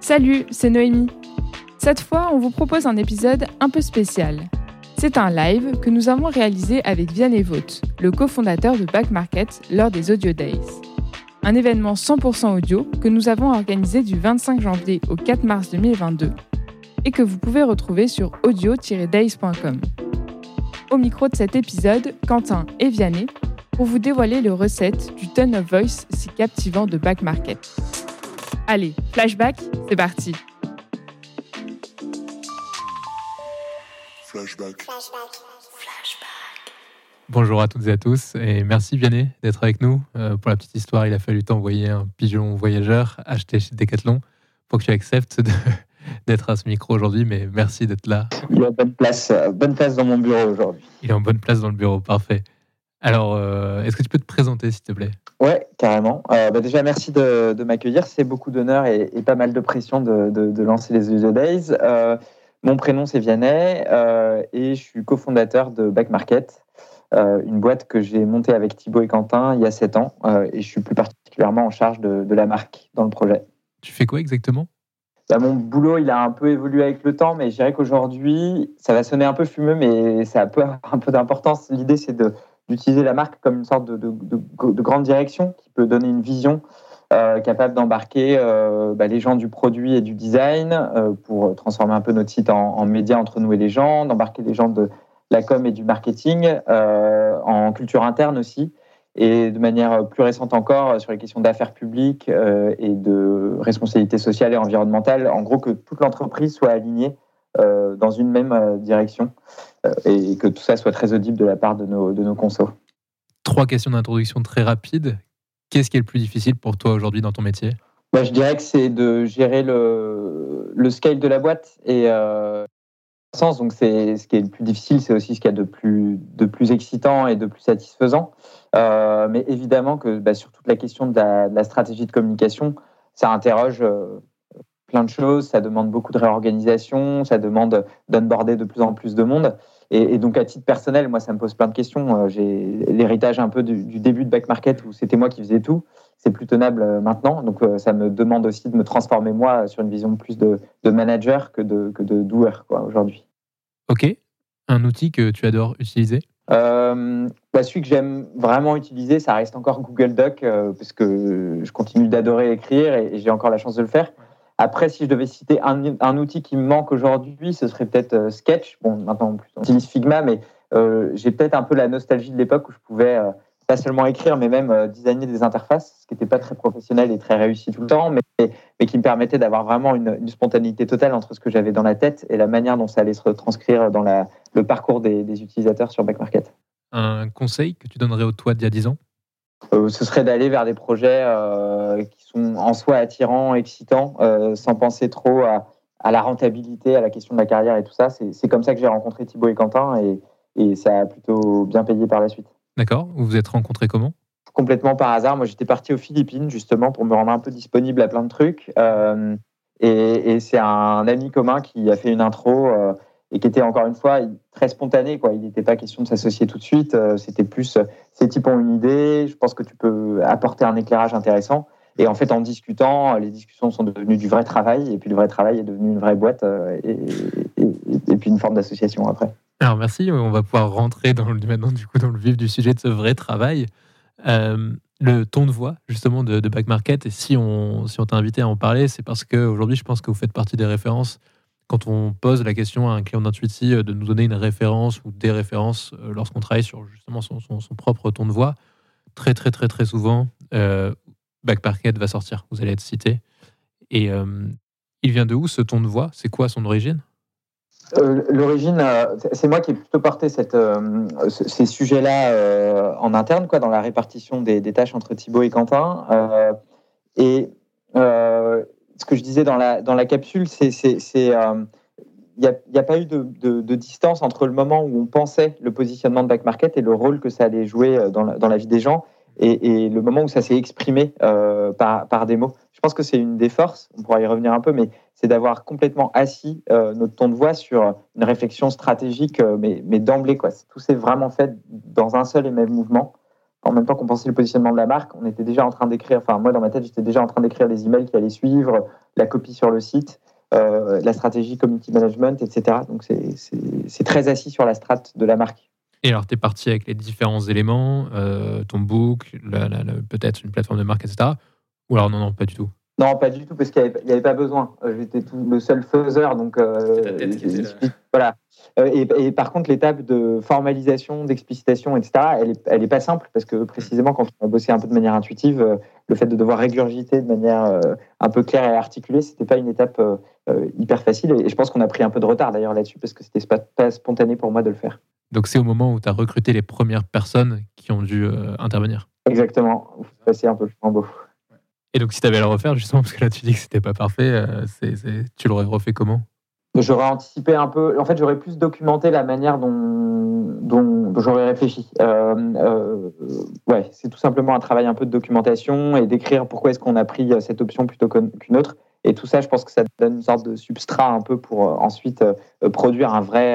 Salut, c'est Noémie. Cette fois, on vous propose un épisode un peu spécial. C'est un live que nous avons réalisé avec Vianney Vaught, le cofondateur de Back Market, lors des Audio Days. Un événement 100% audio que nous avons organisé du 25 janvier au 4 mars 2022 et que vous pouvez retrouver sur audio-days.com. Au micro de cet épisode, Quentin et Vianney pour vous dévoiler les recettes du tone of voice si captivant de Back Market. Allez, flashback, c'est parti. Flashback. Bonjour à toutes et à tous et merci Vianney d'être avec nous. Pour la petite histoire, il a fallu t'envoyer un pigeon voyageur acheté chez Decathlon pour que tu acceptes d'être à ce micro aujourd'hui, mais merci d'être là. Il est en bonne place dans mon bureau aujourd'hui. Il est en bonne place dans le bureau, parfait. Alors, est-ce que tu peux te présenter s'il te plaît ? Ouais, carrément. Déjà, merci de m'accueillir. C'est beaucoup d'honneur et pas mal de pression de lancer les Audio Days. Mon prénom, c'est Vianney et je suis cofondateur de Back Market, une boîte que j'ai montée avec Thibaut et Quentin il y a 7 ans. Et je suis plus particulièrement en charge de la marque dans le projet. Tu fais quoi exactement ? Mon boulot, il a un peu évolué avec le temps, mais je dirais qu'aujourd'hui, ça va sonner un peu fumeux, mais ça a un peu d'importance. L'idée, c'est d'utiliser la marque comme une sorte de grande direction qui peut donner une vision capable d'embarquer les gens du produit et du design pour transformer un peu notre site en média entre nous et les gens, d'embarquer les gens de la com et du marketing en culture interne aussi, et de manière plus récente encore sur les questions d'affaires publiques et de responsabilité sociale et environnementale. En gros, que toute l'entreprise soit alignée dans une même direction et que tout ça soit très audible de la part de nos consos. 3 questions d'introduction très rapides. Qu'est-ce qui est le plus difficile pour toi aujourd'hui dans ton métier ? Je dirais que c'est de gérer le scale de la boîte et donc c'est ce qui est le plus difficile, c'est aussi ce qu'il y a de plus excitant et de plus satisfaisant. Mais évidemment que sur toute la question de la stratégie de communication, ça interroge plein de choses, ça demande beaucoup de réorganisation, ça demande d'onboarder de plus en plus de monde. Et donc, à titre personnel, moi, ça me pose plein de questions. J'ai l'héritage un peu du début de Back Market où c'était moi qui faisais tout. C'est plus tenable maintenant. Donc, ça me demande aussi de me transformer, moi, sur une vision plus de manager que de doer, aujourd'hui. Ok. Un outil que tu adores utiliser ? Celui que j'aime vraiment utiliser, ça reste encore Google Doc, parce que je continue d'adorer écrire et j'ai encore la chance de le faire. Après, si je devais citer un outil qui me manque aujourd'hui, ce serait peut-être Sketch. Bon, maintenant, on utilise Figma, mais j'ai peut-être un peu la nostalgie de l'époque où je pouvais pas seulement écrire, mais même designer des interfaces, ce qui n'était pas très professionnel et très réussi tout le temps, mais qui me permettait d'avoir vraiment une spontanéité totale entre ce que j'avais dans la tête et la manière dont ça allait se retranscrire dans le parcours des utilisateurs sur Back Market. Un conseil que tu donnerais au toi d'il y a 10 ans ? Ce serait d'aller vers des projets qui sont en soi attirants, excitants, sans penser trop à la rentabilité, à la question de la carrière et tout ça. C'est comme ça que j'ai rencontré Thibaut et Quentin et ça a plutôt bien payé par la suite. D'accord. Vous vous êtes rencontrés comment ? Complètement par hasard. Moi, j'étais parti aux Philippines justement pour me rendre un peu disponible à plein de trucs. Et c'est un ami commun qui a fait une intro et qui était encore une fois très spontané. Il n'était pas question de s'associer tout de suite. C'était plus, ces types ont une idée, je pense que tu peux apporter un éclairage intéressant. Et en fait, en discutant, les discussions sont devenues du vrai travail. Et puis le vrai travail est devenu une vraie boîte et puis une forme d'association après. Alors merci, on va pouvoir rentrer maintenant dans le vif du sujet de ce vrai travail. Le ton de voix justement de Back Market, et si on t'a invité à en parler, c'est parce qu'aujourd'hui je pense que vous faites partie des références quand on pose la question à un client d'Intuiti de nous donner une référence ou des références lorsqu'on travaille sur justement son propre ton de voix. Très très très très souvent Back Market va sortir, vous allez être cité. Et il vient de où ce ton de voix ? C'est quoi son origine ? L'origine, c'est moi qui ai plutôt porté ces sujets-là en interne, dans la répartition des tâches entre Thibaut et Quentin. Ce que je disais dans la capsule, il n'y a pas eu de distance entre le moment où on pensait le positionnement de Back Market et le rôle que ça allait jouer dans la vie des gens et le moment où ça s'est exprimé par des mots. Je pense que c'est une des forces, on pourra y revenir un peu, mais c'est d'avoir complètement assis notre ton de voix sur une réflexion stratégique, mais d'emblée. Tout s'est vraiment fait dans un seul et même mouvement en même temps qu'on pensait le positionnement de la marque, on était déjà en train d'écrire, enfin moi dans ma tête, j'étais déjà en train d'écrire les emails qui allaient suivre, la copie sur le site, la stratégie community management, etc. Donc c'est très assis sur la strate de la marque. Et alors, tu es parti avec les différents éléments, ton book, peut-être une plateforme de marque, etc. Ou alors, non, pas du tout. Non, pas du tout, parce qu'il n'y avait pas besoin. J'étais le seul faiseur, donc C'était ta tête qui était là. voilà. Et par contre, l'étape de formalisation, d'explicitation, etc., elle est pas simple, parce que précisément, quand on a bossé un peu de manière intuitive, le fait de devoir régurgiter de manière un peu claire et articulée, c'était pas une étape hyper facile. Et je pense qu'on a pris un peu de retard d'ailleurs là-dessus, parce que c'était pas spontané pour moi de le faire. Donc, c'est au moment où tu as recruté les premières personnes qui ont dû intervenir. Exactement. C'est un peu le flambeau. Et donc, si tu avais à le refaire, justement, parce que là, tu dis que c'était pas parfait, tu l'aurais refait comment ? J'aurais anticipé un peu. En fait, j'aurais plus documenté la manière dont j'aurais réfléchi. Ouais, c'est tout simplement un travail un peu de documentation et d'écrire pourquoi est-ce qu'on a pris cette option plutôt qu'une autre. Et tout ça, je pense que ça donne une sorte de substrat un peu pour ensuite produire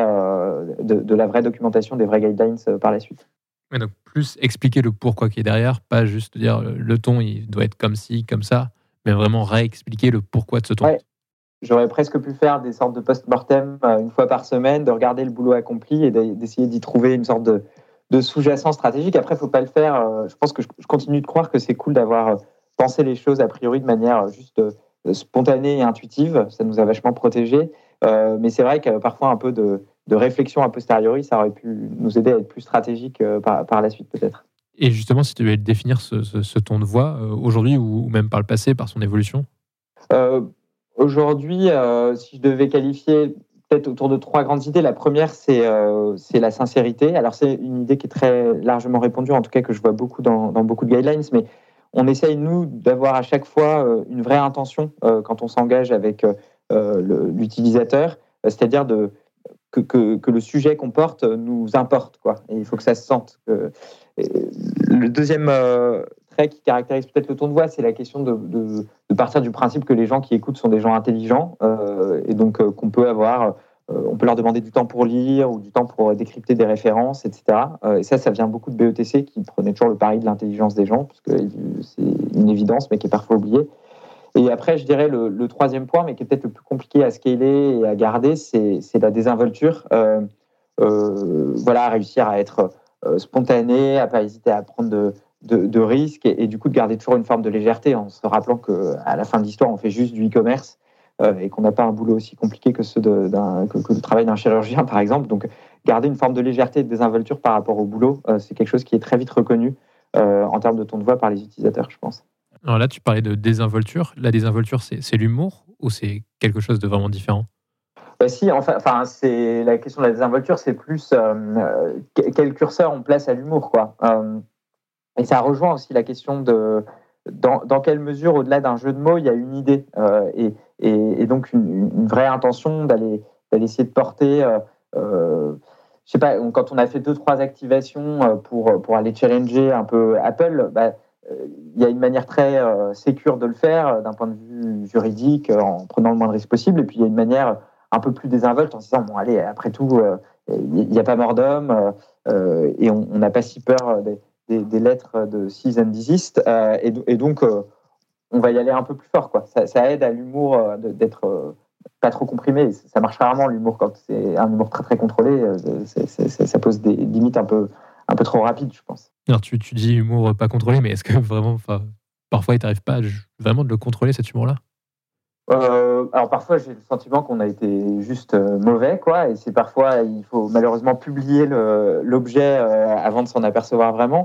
de la vraie documentation, des vrais guidelines par la suite. Ouais, donc, plus expliquer le pourquoi qui est derrière, pas juste dire le ton, il doit être comme ci, comme ça, mais vraiment réexpliquer le pourquoi de ce ton. Ouais. J'aurais presque pu faire des sortes de post-mortem une fois par semaine, de regarder le boulot accompli et d'essayer d'y trouver une sorte de sous-jacent stratégique. Après, il ne faut pas le faire. Je pense que je continue de croire que c'est cool d'avoir pensé les choses a priori de manière juste spontanée et intuitive. Ça nous a vachement protégés. Mais c'est vrai que parfois, un peu de réflexion a posteriori, ça aurait pu nous aider à être plus stratégique par la suite, peut-être. Et justement, si tu devais définir ce ton de voix aujourd'hui ou même par le passé, par son évolution Aujourd'hui, si je devais qualifier peut-être autour de 3 grandes idées, la première, c'est la sincérité. Alors, c'est une idée qui est très largement répandue, en tout cas que je vois beaucoup dans beaucoup de guidelines, mais on essaye, nous, d'avoir à chaque fois une vraie intention quand on s'engage avec l'utilisateur, c'est-à-dire que le sujet qu'on porte nous importe, quoi. Et il faut que ça se sente. Le deuxième trait qui caractérise peut-être le ton de voix, c'est la question de partir du principe que les gens qui écoutent sont des gens intelligents et donc qu'on peut avoir, on peut leur demander du temps pour lire ou du temps pour décrypter des références, etc. Et ça vient beaucoup de BETC qui prenait toujours le pari de l'intelligence des gens, parce que c'est une évidence, mais qui est parfois oubliée. Et après, je dirais le troisième point, mais qui est peut-être le plus compliqué à scaler et à garder, c'est la désinvolture. Voilà, réussir à être spontané, à pas hésiter à prendre de risques et du coup de garder toujours une forme de légèreté en se rappelant qu'à la fin de l'histoire, on fait juste du e-commerce et qu'on n'a pas un boulot aussi compliqué que le travail d'un chirurgien, par exemple. Donc, garder une forme de légèreté et de désinvolture par rapport au boulot, c'est quelque chose qui est très vite reconnu en termes de ton de voix par les utilisateurs, je pense. Alors là, tu parlais de désinvolture. La désinvolture, c'est l'humour ou c'est quelque chose de vraiment différent ? Si, enfin, c'est la question de la désinvolture, c'est plus quel curseur on place à l'humour, quoi. Et ça rejoint aussi la question de dans quelle mesure, au-delà d'un jeu de mots, il y a une idée et donc une vraie intention d'aller essayer de porter. Je sais pas, quand on a fait 2-3 activations pour aller challenger un peu Apple, il y a une manière très sécure de le faire d'un point de vue juridique en prenant le moins de risques possible, et puis il y a une manière un peu plus désinvolte en se disant bon allez, après tout il n'y a pas mort d'homme et on n'a pas si peur des lettres de cease and desist et donc on va y aller un peu plus fort, quoi. Ça aide à l'humour d'être pas trop comprimé. Ça marche rarement l'humour quand c'est un humour très très contrôlé. Ça pose des limites un peu trop rapides, je pense. Alors tu dis humour pas contrôlé, mais est-ce que vraiment, parfois il t'arrive pas vraiment de le contrôler, cet humour-là ? Alors parfois j'ai le sentiment qu'on a été juste mauvais, quoi, et c'est parfois il faut malheureusement publier l'objet avant de s'en apercevoir vraiment.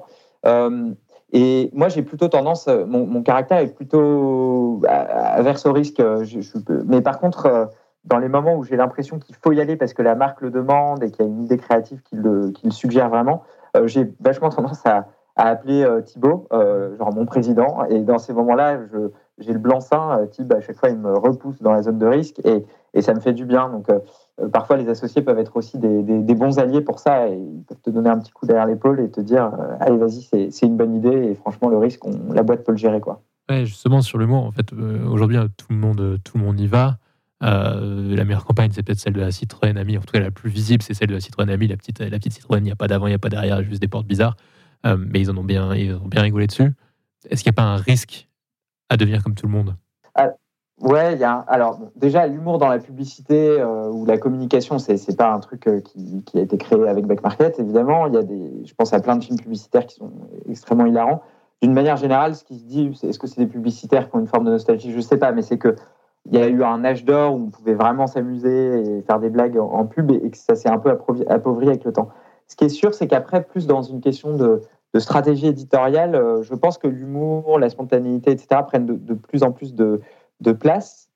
Et moi j'ai plutôt tendance, mon caractère est plutôt averse au risque, mais par contre dans les moments où j'ai l'impression qu'il faut y aller parce que la marque le demande et qu'il y a une idée créative qui le suggère vraiment, j'ai vachement tendance à appeler Thibaut, genre mon président, et dans ces moments-là j'ai le blanc-seing. Thibaut à chaque fois il me repousse dans la zone de risque et ça me fait du bien. Donc parfois les associés peuvent être aussi des bons alliés pour ça, et ils peuvent te donner un petit coup derrière l'épaule et te dire allez vas-y, c'est une bonne idée et franchement le risque la boîte peut le gérer, quoi. Ouais, justement sur l'humour, en fait aujourd'hui tout le monde y va. La meilleure campagne c'est peut-être celle de la Citroën Ami, en tout cas la plus visible c'est celle de la Citroën Ami, la petite Citroën, il n'y a pas d'avant, il n'y a pas derrière, juste des portes bizarres. mais ils ont bien rigolé dessus. Est-ce qu'il n'y a pas un risque à devenir comme tout le monde? Ouais, alors déjà l'humour dans la publicité ou la communication, c'est pas un truc qui a été créé avec Back Market, évidemment. Je pense à plein de films publicitaires qui sont extrêmement hilarants. D'une manière générale, ce qui se dit, est-ce que c'est des publicitaires qui ont une forme de nostalgie? Je sais pas, mais c'est que il y a eu un âge d'or où on pouvait vraiment s'amuser et faire des blagues en pub et que ça s'est un peu appauvri avec le temps. Ce qui est sûr, c'est qu'après, plus dans une question de stratégie éditoriale, je pense que l'humour, la spontanéité, etc., prennent de plus en plus de place.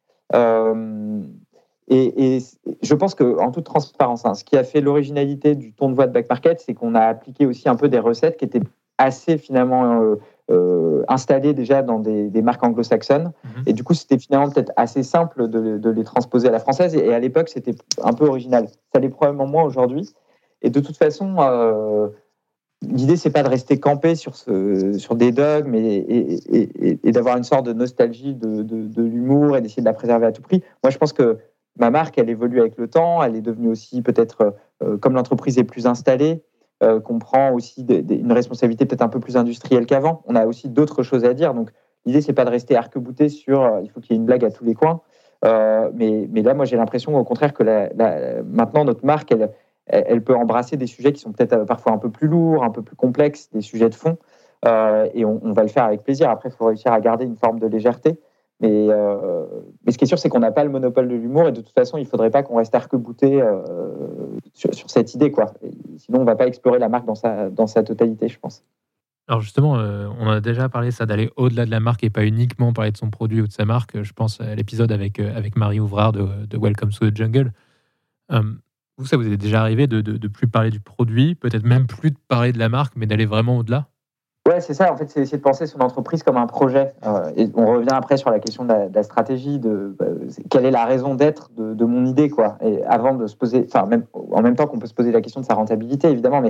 Et je pense qu'en toute transparence, ce qui a fait l'originalité du ton de voix de Back Market, c'est qu'on a appliqué aussi un peu des recettes qui étaient assez finalement installées déjà dans des marques anglo-saxonnes. Et du coup, c'était finalement peut-être assez simple de les transposer à la française. Et à l'époque, c'était un peu original. Ça l'est probablement moins aujourd'hui. Et de toute façon, l'idée, c'est pas de rester campé sur des dogmes et d'avoir une sorte de nostalgie de l'humour et d'essayer de la préserver à tout prix. Moi, je pense que ma marque, elle évolue avec le temps. Elle est devenue aussi peut-être, comme l'entreprise est plus installée, qu'on prend aussi une responsabilité peut-être un peu plus industrielle qu'avant. On a aussi d'autres choses à dire. Donc, l'idée, c'est pas de rester arc-bouté sur il faut qu'il y ait une blague à tous les coins. Mais là, moi, j'ai l'impression, au contraire, que maintenant, notre marque, elle peut embrasser des sujets qui sont peut-être parfois un peu plus lourds, un peu plus complexes, des sujets de fond. Et on va le faire avec plaisir. Après, il faut réussir à garder une forme de légèreté. Mais ce qui est sûr, c'est qu'on n'a pas le monopole de l'humour. Et de toute façon, il ne faudrait pas qu'on reste arc-bouté sur cette idée, quoi. Et sinon, on ne va pas explorer la marque dans sa totalité, je pense. Alors justement, on a déjà parlé ça d'aller au-delà de la marque et pas uniquement parler de son produit ou de sa marque. Je pense à l'épisode avec Marie Ouvrard de Welcome to the Jungle. Vous, ça vous est déjà arrivé de plus parler du produit, peut-être même plus de parler de la marque, mais d'aller vraiment au-delà? Ouais, c'est ça. En fait, c'est essayer de penser son entreprise comme un projet. Et on revient après sur la question de la stratégie, quelle est la raison d'être de mon idée, quoi. Et avant de se poser, enfin, même en même temps qu'on peut se poser la question de sa rentabilité, évidemment,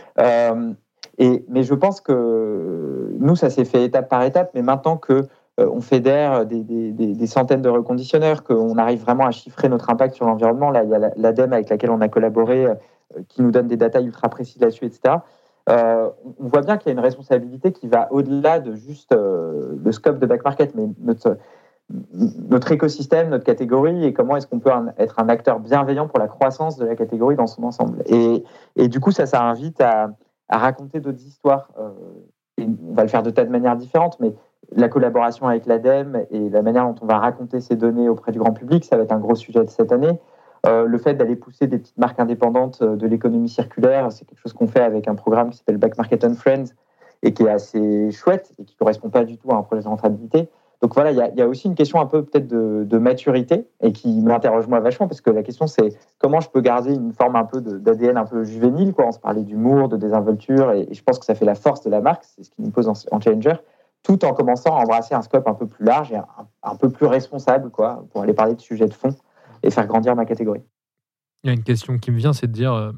mais je pense que nous, ça s'est fait étape par étape. Mais maintenant que on fédère des centaines de reconditionneurs, qu'on arrive vraiment à chiffrer notre impact sur l'environnement, là, il y a l'ADEME avec laquelle on a collaboré, qui nous donne des datas ultra précises là-dessus, etc. On voit bien qu'il y a une responsabilité qui va au-delà de juste le scope de Back Market, mais notre écosystème, notre catégorie, et comment est-ce qu'on peut être un acteur bienveillant pour la croissance de la catégorie dans son ensemble. Et du coup, ça invite à raconter d'autres histoires. Et on va le faire de tas de manières différentes, mais la collaboration avec l'ADEME et la manière dont on va raconter ces données auprès du grand public, ça va être un gros sujet de cette année. Le fait d'aller pousser des petites marques indépendantes de l'économie circulaire, c'est quelque chose qu'on fait avec un programme qui s'appelle Back Market and Friends et qui est assez chouette et qui ne correspond pas du tout à un projet de rentabilité. Donc voilà, il y a aussi une question un peu peut-être de maturité et qui m'interroge moi vachement parce que la question c'est comment je peux garder une forme un peu d'ADN un peu juvénile, quoi. On se parlait d'humour, de désinvolture et je pense que ça fait la force de la marque, c'est ce qui nous pose en challenger, tout en commençant à embrasser un scope un peu plus large et un peu plus responsable, quoi, pour aller parler de sujets de fond et faire grandir ma catégorie. Il y a une question qui me vient, c'est de dire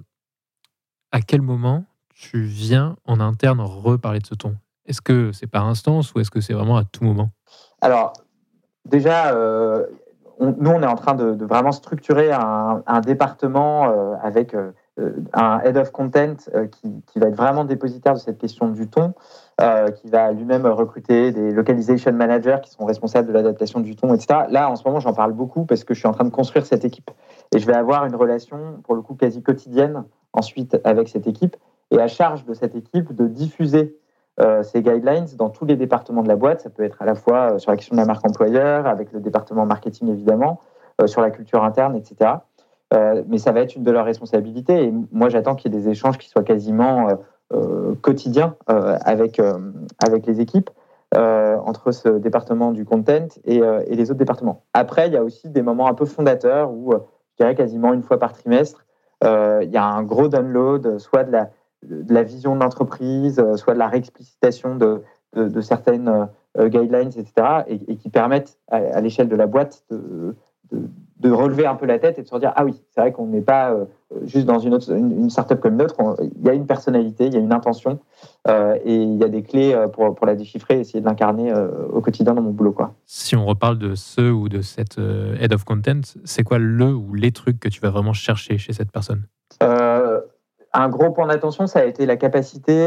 à quel moment tu viens en interne reparler de ce ton? Est-ce que c'est par instance ou est-ce que c'est vraiment à tout moment? Alors, déjà, nous, on est en train de vraiment structurer un département avec un head of content qui va être vraiment dépositaire de cette question du ton, qui va lui-même recruter des localization managers qui sont responsables de l'adaptation du ton, etc. Là, en ce moment, j'en parle beaucoup parce que je suis en train de construire cette équipe. Et je vais avoir une relation, pour le coup, quasi quotidienne ensuite avec cette équipe. Et à charge de cette équipe de diffuser ces guidelines dans tous les départements de la boîte. Ça peut être à la fois sur la question de la marque employeur, avec le département marketing évidemment, sur la culture interne, etc. Mais ça va être une de leurs responsabilités. Et moi, j'attends qu'il y ait des échanges qui soient quasiment quotidiens avec les équipes, entre ce département du content et les autres départements. Après, il y a aussi des moments un peu fondateurs où, je dirais quasiment une fois par trimestre, il y a un gros download, soit de la vision de l'entreprise, soit de la réexplicitation de certaines guidelines, etc., et qui permettent à l'échelle de la boîte de relever un peu la tête et de se dire « Ah oui, c'est vrai qu'on n'est pas juste dans une startup comme une autre, il y a une personnalité, il y a une intention, et il y a des clés pour la déchiffrer et essayer de l'incarner au quotidien dans mon boulot, quoi. » Si on reparle de ce ou de cette head of content, c'est quoi le ou les trucs que tu vas vraiment chercher chez cette personne? Un gros point d'attention, ça a été la capacité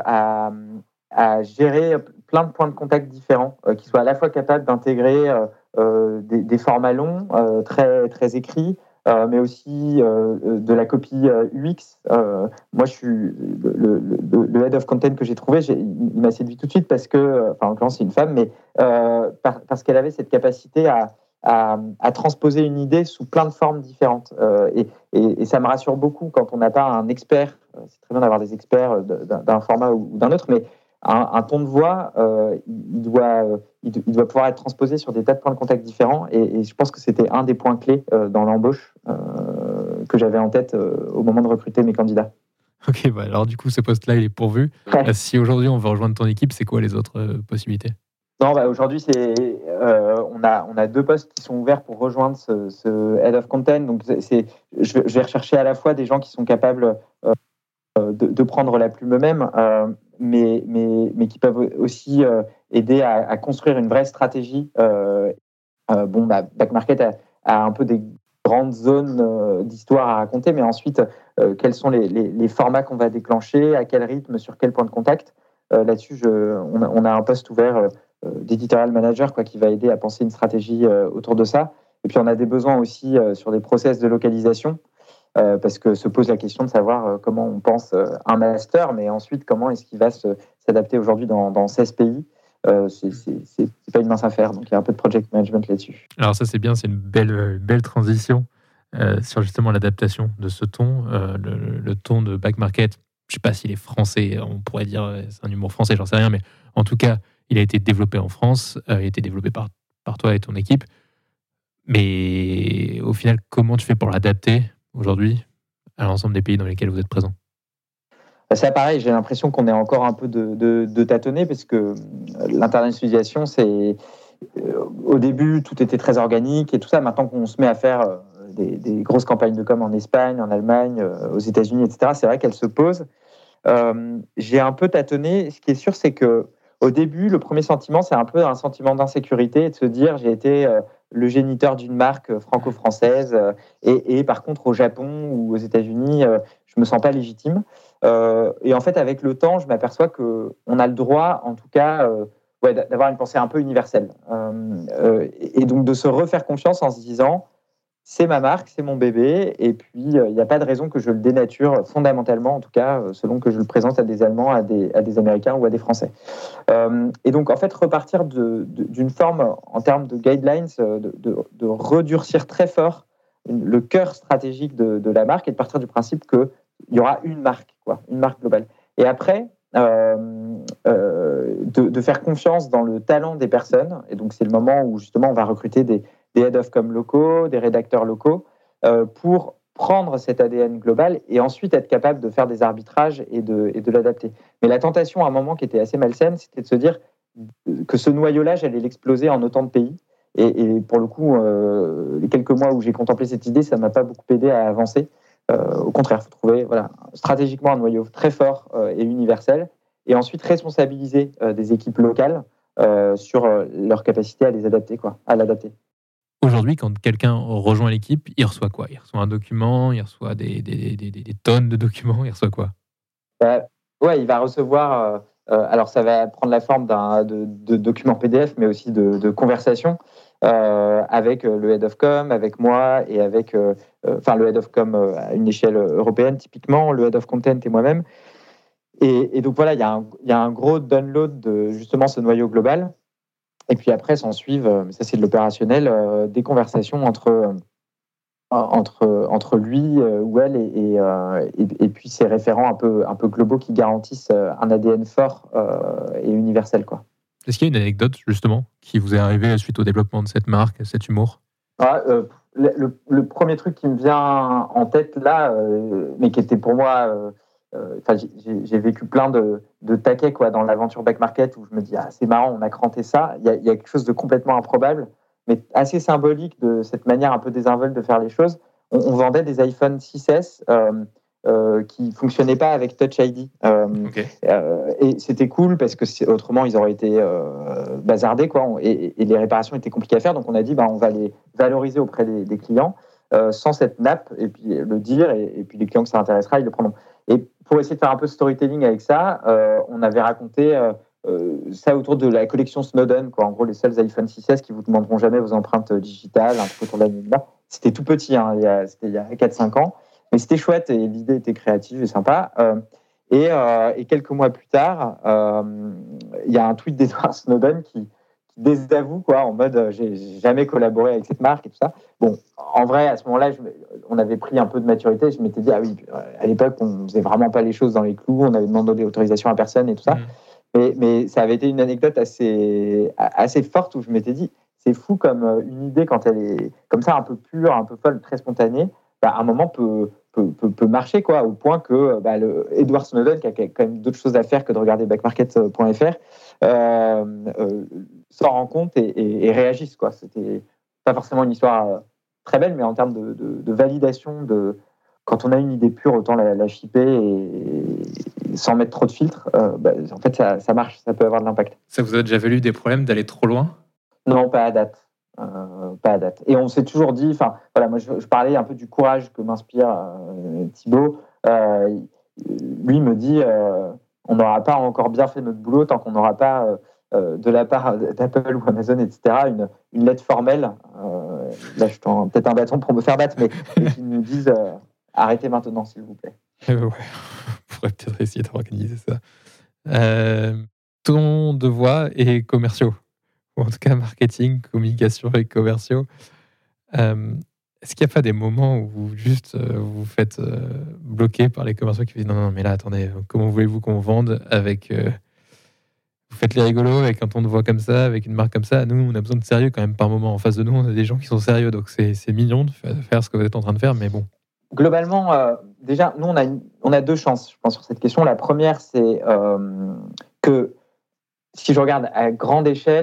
à gérer plein de points de contact différents, qui soient à la fois capables d'intégrer des formats longs, très, très écrits, mais aussi de la copie UX. Moi, je suis le head of content que j'ai trouvé, il m'a séduit tout de suite parce que, en l'occurrence, c'est une femme, mais parce qu'elle avait cette capacité à transposer une idée sous plein de formes différentes. Et ça me rassure beaucoup quand on n'a pas un expert. C'est très bien d'avoir des experts d'un format ou d'un autre, mais un ton de voix, il doit pouvoir être transposé sur des tas de points de contact différents. Et je pense que c'était un des points clés dans l'embauche que j'avais en tête au moment de recruter mes candidats. Ok, alors du coup, ce poste-là, il est pourvu. Ouais. Si aujourd'hui on veut rejoindre ton équipe, c'est quoi les autres possibilités ? Non, aujourd'hui, on a 2 postes qui sont ouverts pour rejoindre ce Head of Content. Donc, je vais rechercher à la fois des gens qui sont capables de prendre la plume eux-mêmes, mais qui peuvent aussi aider à construire une vraie stratégie. Back Market a un peu des grandes zones d'histoire à raconter, mais ensuite, quels sont les formats qu'on va déclencher, à quel rythme, sur quel point de contact. Là-dessus, on a un poste ouvert d'éditorial manager qui va aider à penser une stratégie autour de ça. Et puis, on a des besoins aussi sur des process de localisation, parce que se pose la question de savoir comment on pense un master, mais ensuite, comment est-ce qu'il va s'adapter aujourd'hui dans 16 pays. C'est pas une mince affaire, donc il y a un peu de project management là-dessus. Alors ça, c'est bien, c'est une belle transition sur justement l'adaptation de ce ton, le ton de Back Market. Je ne sais pas s'il est français, on pourrait dire c'est un humour français, j'en sais rien, mais en tout cas, il a été développé en France, il a été développé par toi et ton équipe. Mais au final, comment tu fais pour l'adapter aujourd'hui à l'ensemble des pays dans lesquels vous êtes présents ? C'est pareil, j'ai l'impression qu'on est encore un peu de tâtonner, parce que l'internationalisation, c'est au début, tout était très organique et tout ça. Maintenant qu'on se met à faire des grosses campagnes de com en Espagne, en Allemagne, aux États-Unis, etc., c'est vrai qu'elles se posent. J'ai un peu tâtonné. Ce qui est sûr, c'est que au début, le premier sentiment, c'est un peu un sentiment d'insécurité et de se dire j'ai été le géniteur d'une marque franco-française et par contre au Japon ou aux États-Unis, je me sens pas légitime. Et en fait, avec le temps, je m'aperçois que on a le droit, en tout cas, d'avoir une pensée un peu universelle, et donc de se refaire confiance en se disant c'est ma marque, c'est mon bébé, et puis il n'y a pas de raison que je le dénature fondamentalement, en tout cas, selon que je le présente à des Allemands, à des Américains ou à des Français. Et donc, en fait, repartir d'une forme en termes de guidelines, de redurcir très fort le cœur stratégique de la marque et de partir du principe qu'il y aura une marque globale. Et après, de faire confiance dans le talent des personnes. Et donc, c'est le moment où, justement, on va recruter des head of com locaux, des rédacteurs locaux, pour prendre cet ADN global et ensuite être capable de faire des arbitrages et de l'adapter. Mais la tentation, à un moment qui était assez malsaine, c'était de se dire que ce noyau-là, j'allais l'exploser en autant de pays. Et pour le coup, les quelques mois où j'ai contemplé cette idée, ça ne m'a pas beaucoup aidé à avancer. Au contraire, il faut trouver stratégiquement un noyau très fort et universel, et ensuite responsabiliser des équipes locales sur leur capacité à les adapter, à l'adapter. Aujourd'hui, quand quelqu'un rejoint l'équipe, il reçoit quoi ? Il reçoit un document, il reçoit des tonnes de documents, il reçoit quoi ? Il va recevoir... alors, ça va prendre la forme de documents PDF, mais aussi de conversations avec le Head of Com, avec moi, et avec le Head of Com à une échelle européenne, typiquement, le Head of Content et moi-même. Et donc, voilà, il y a un gros download de justement ce noyau global. Et puis après, s'en suivent, ça c'est de l'opérationnel, des conversations entre lui ou elle et puis ces référents un peu globaux qui garantissent un ADN fort et universel, quoi. Est-ce qu'il y a une anecdote justement qui vous est arrivée suite au développement de cette marque, cet humour ? Le premier truc qui me vient en tête là, mais qui était pour moi... j'ai vécu plein de taquets dans l'aventure Back Market, où je me dis c'est marrant, on a cranté ça. Il y a quelque chose de complètement improbable, mais assez symbolique de cette manière un peu désinvolte de faire les choses. On vendait des iPhone 6S qui fonctionnaient pas avec Touch ID. Okay. Et c'était cool parce que autrement ils auraient été bazardés, et les réparations étaient compliquées à faire. Donc on a dit on va les valoriser auprès des clients sans cette nappe, et puis le dire, et puis les clients que ça intéressera, ils le prendront. Et pour essayer de faire un peu de storytelling avec ça, on avait raconté ça autour de la collection Snowden, quoi. En gros, les seuls iPhone 6S qui vous demanderont jamais vos empreintes digitales, un truc autour de l'anonymat. C'était tout petit, hein, c'était il y a 4-5 ans, mais c'était chouette et l'idée était créative et sympa. Et quelques mois plus tard, il y a un tweet d'Edward Snowden qui désavoue, quoi, en mode j'ai jamais collaboré avec cette marque et tout ça. Bon, en vrai, à ce moment-là, on avait pris un peu de maturité. Je m'étais dit, ah oui, à l'époque, on faisait vraiment pas les choses dans les clous, on avait demandé l'autorisation à personne et tout ça. Mais ça avait été une anecdote assez forte où je m'étais dit, c'est fou comme une idée, quand elle est comme ça, un peu pure, un peu folle, très spontanée, à un moment peut marcher, quoi, au point que Edward Snowden, qui a quand même d'autres choses à faire que de regarder backmarket.fr, s'en rend compte et réagisse, quoi. C'était pas forcément une histoire très belle, mais en termes de validation, quand on a une idée pure, autant la shipper et sans mettre trop de filtres. En fait, ça marche, ça peut avoir de l'impact. Ça vous a déjà valu des problèmes d'aller trop loin ? Non, pas à date. Pas à date. Et on s'est toujours dit, voilà, moi je parlais un peu du courage que m'inspire Thibaut. Lui me dit, on n'aura pas encore bien fait notre boulot tant qu'on n'aura pas, de la part d'Apple ou Amazon, etc., une lettre formelle. Là, je tends peut-être un bâton pour me faire battre, mais qui nous disent arrêtez maintenant, s'il vous plaît. Ouais, on pourrait peut-être essayer d'organiser ça. Ton de voix et commerciaux, ou en tout cas marketing, communication et commerciaux. Est-ce qu'il n'y a pas des moments où vous vous faites bloquer par les commerciaux qui disent non, mais là, attendez, comment voulez-vous qu'on vende avec... vous faites les rigolos avec un ton de voix comme ça, avec une marque comme ça. Nous, on a besoin de sérieux quand même par moment. En face de nous, on a des gens qui sont sérieux, donc c'est mignon de faire ce que vous êtes en train de faire, mais bon. Globalement, déjà, nous, on a deux chances, je pense, sur cette question. La première, c'est que si je regarde à grande échelle,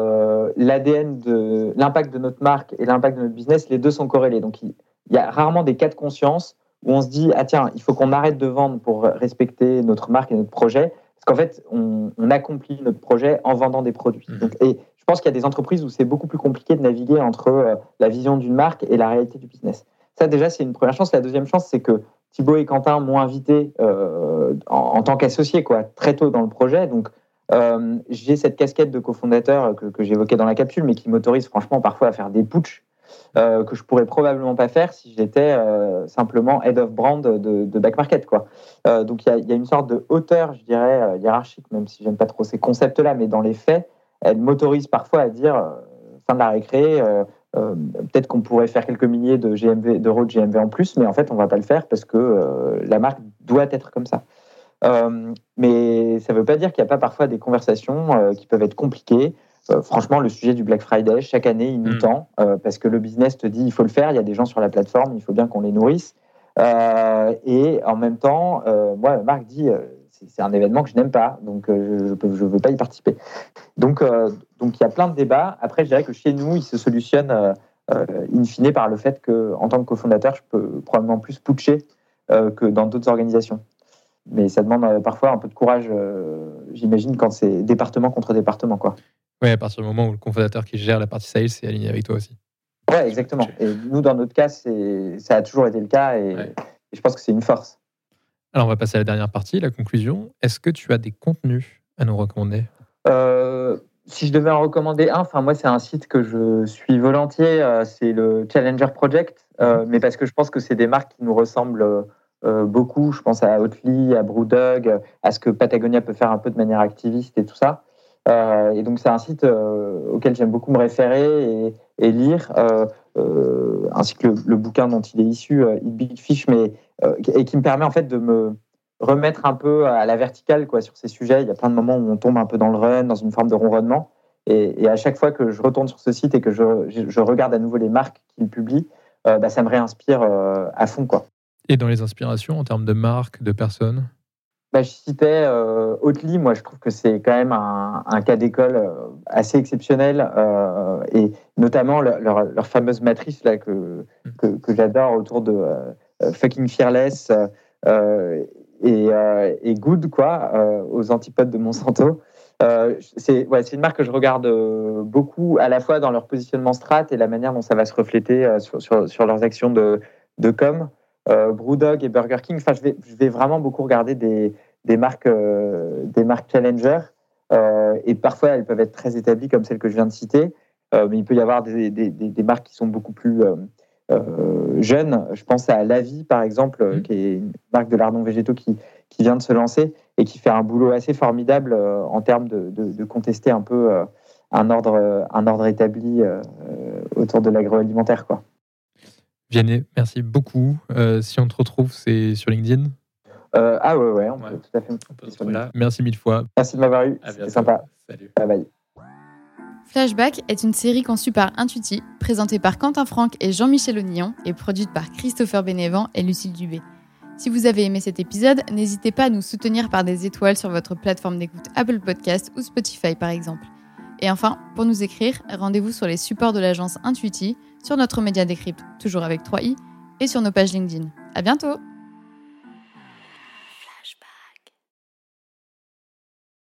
l'ADN l'impact de notre marque et l'impact de notre business, les deux sont corrélés. Donc, il y a rarement des cas de conscience où on se dit, ah tiens, il faut qu'on arrête de vendre pour respecter notre marque et notre projet. Parce qu'en fait, on accomplit notre projet en vendant des produits. Donc, et je pense qu'il y a des entreprises où c'est beaucoup plus compliqué de naviguer entre la vision d'une marque et la réalité du business. Ça, déjà, c'est une première chance. La deuxième chance, c'est que Thibaut et Quentin m'ont invité en tant qu'associé, quoi, très tôt dans le projet. Donc, j'ai cette casquette de cofondateur que j'évoquais dans la capsule, mais qui m'autorise franchement parfois à faire des putsch que je pourrais probablement pas faire si j'étais simplement head of brand de Back Market, quoi. Donc, il y a une sorte de hauteur, je dirais, hiérarchique, même si j'aime pas trop ces concepts-là, mais dans les faits, elle m'autorise parfois à dire fin de la récré. Peut-être qu'on pourrait faire quelques milliers d'euros de GMV en plus, mais en fait, on ne va pas le faire parce que la marque doit être comme ça. Mais ça ne veut pas dire qu'il n'y a pas parfois des conversations qui peuvent être compliquées. Franchement, le sujet du Black Friday, chaque année, il nous tend parce que le business te dit il faut le faire, il y a des gens sur la plateforme, il faut bien qu'on les nourrisse. Et en même temps, moi, la marque dit c'est un événement que je n'aime pas, donc je ne veux pas y participer. Donc, il y a plein de débats. Après, je dirais que chez nous, il se solutionne in fine par le fait qu'en tant que cofondateur, je peux probablement plus putcher que dans d'autres organisations. Mais ça demande parfois un peu de courage, j'imagine, quand c'est département contre département, quoi. Ouais, à partir du moment où le cofondateur qui gère la partie sales est aligné avec toi aussi. Ouais, exactement. Et nous, dans notre cas, ça a toujours été le cas et je pense que c'est une force. Alors, on va passer à la dernière partie, la conclusion. Est-ce que tu as des contenus à nous recommander ? Si je devais en recommander un, moi, c'est un site que je suis volontiers, c'est le Challenger Project, mais parce que je pense que c'est des marques qui nous ressemblent beaucoup. Je pense à Oatly, à Brewdog, à ce que Patagonia peut faire un peu de manière activiste et tout ça. Et donc, c'est un site auquel j'aime beaucoup me référer et lire, ainsi que le bouquin dont il est issu, Eat Big Fish, et qui me permet en fait de me remettre un peu à la verticale, quoi, sur ces sujets. Il y a plein de moments où on tombe un peu dans le run, dans une forme de ronronnement. Et à chaque fois que je retourne sur ce site et que je regarde à nouveau les marques qu'il publie, ça me réinspire à fond, quoi. Et dans les inspirations, en termes de marques, de personnes ? Je citais Oatly. Moi, je trouve que c'est quand même un cas d'école assez exceptionnel, et notamment leur fameuse matrice là, que j'adore autour de fucking fearless et good, quoi, aux antipodes de Monsanto. C'est une marque que je regarde beaucoup, à la fois dans leur positionnement strat et la manière dont ça va se refléter sur leurs actions de com. BrewDog et Burger King. Enfin, je vais vraiment beaucoup regarder des marques challenger. Et parfois, elles peuvent être très établies, comme celle que je viens de citer. Mais il peut y avoir des marques qui sont beaucoup plus jeunes. Je pense à La Vie, par exemple, qui est une marque de lardons végétaux qui vient de se lancer et qui fait un boulot assez formidable en termes de contester un peu un ordre établi autour de l'agroalimentaire, quoi. Vianney, merci beaucoup. Si on te retrouve, c'est sur LinkedIn. Ouais, on peut tout à fait me trouver sur LinkedIn. Merci 1000 fois. Merci de m'avoir eu, c'était sympa. Salut. Bye bye. Flashback est une série conçue par Intuiti, présentée par Quentin Franck et Jean-Michel Onillon et produite par Christopher Bénévent et Lucille Dubé. Si vous avez aimé cet épisode, n'hésitez pas à nous soutenir par des étoiles sur votre plateforme d'écoute Apple Podcast ou Spotify par exemple. Et enfin, pour nous écrire, rendez-vous sur les supports de l'agence Intuiti, sur notre média Décrypte, toujours avec 3i, et sur nos pages LinkedIn. À bientôt!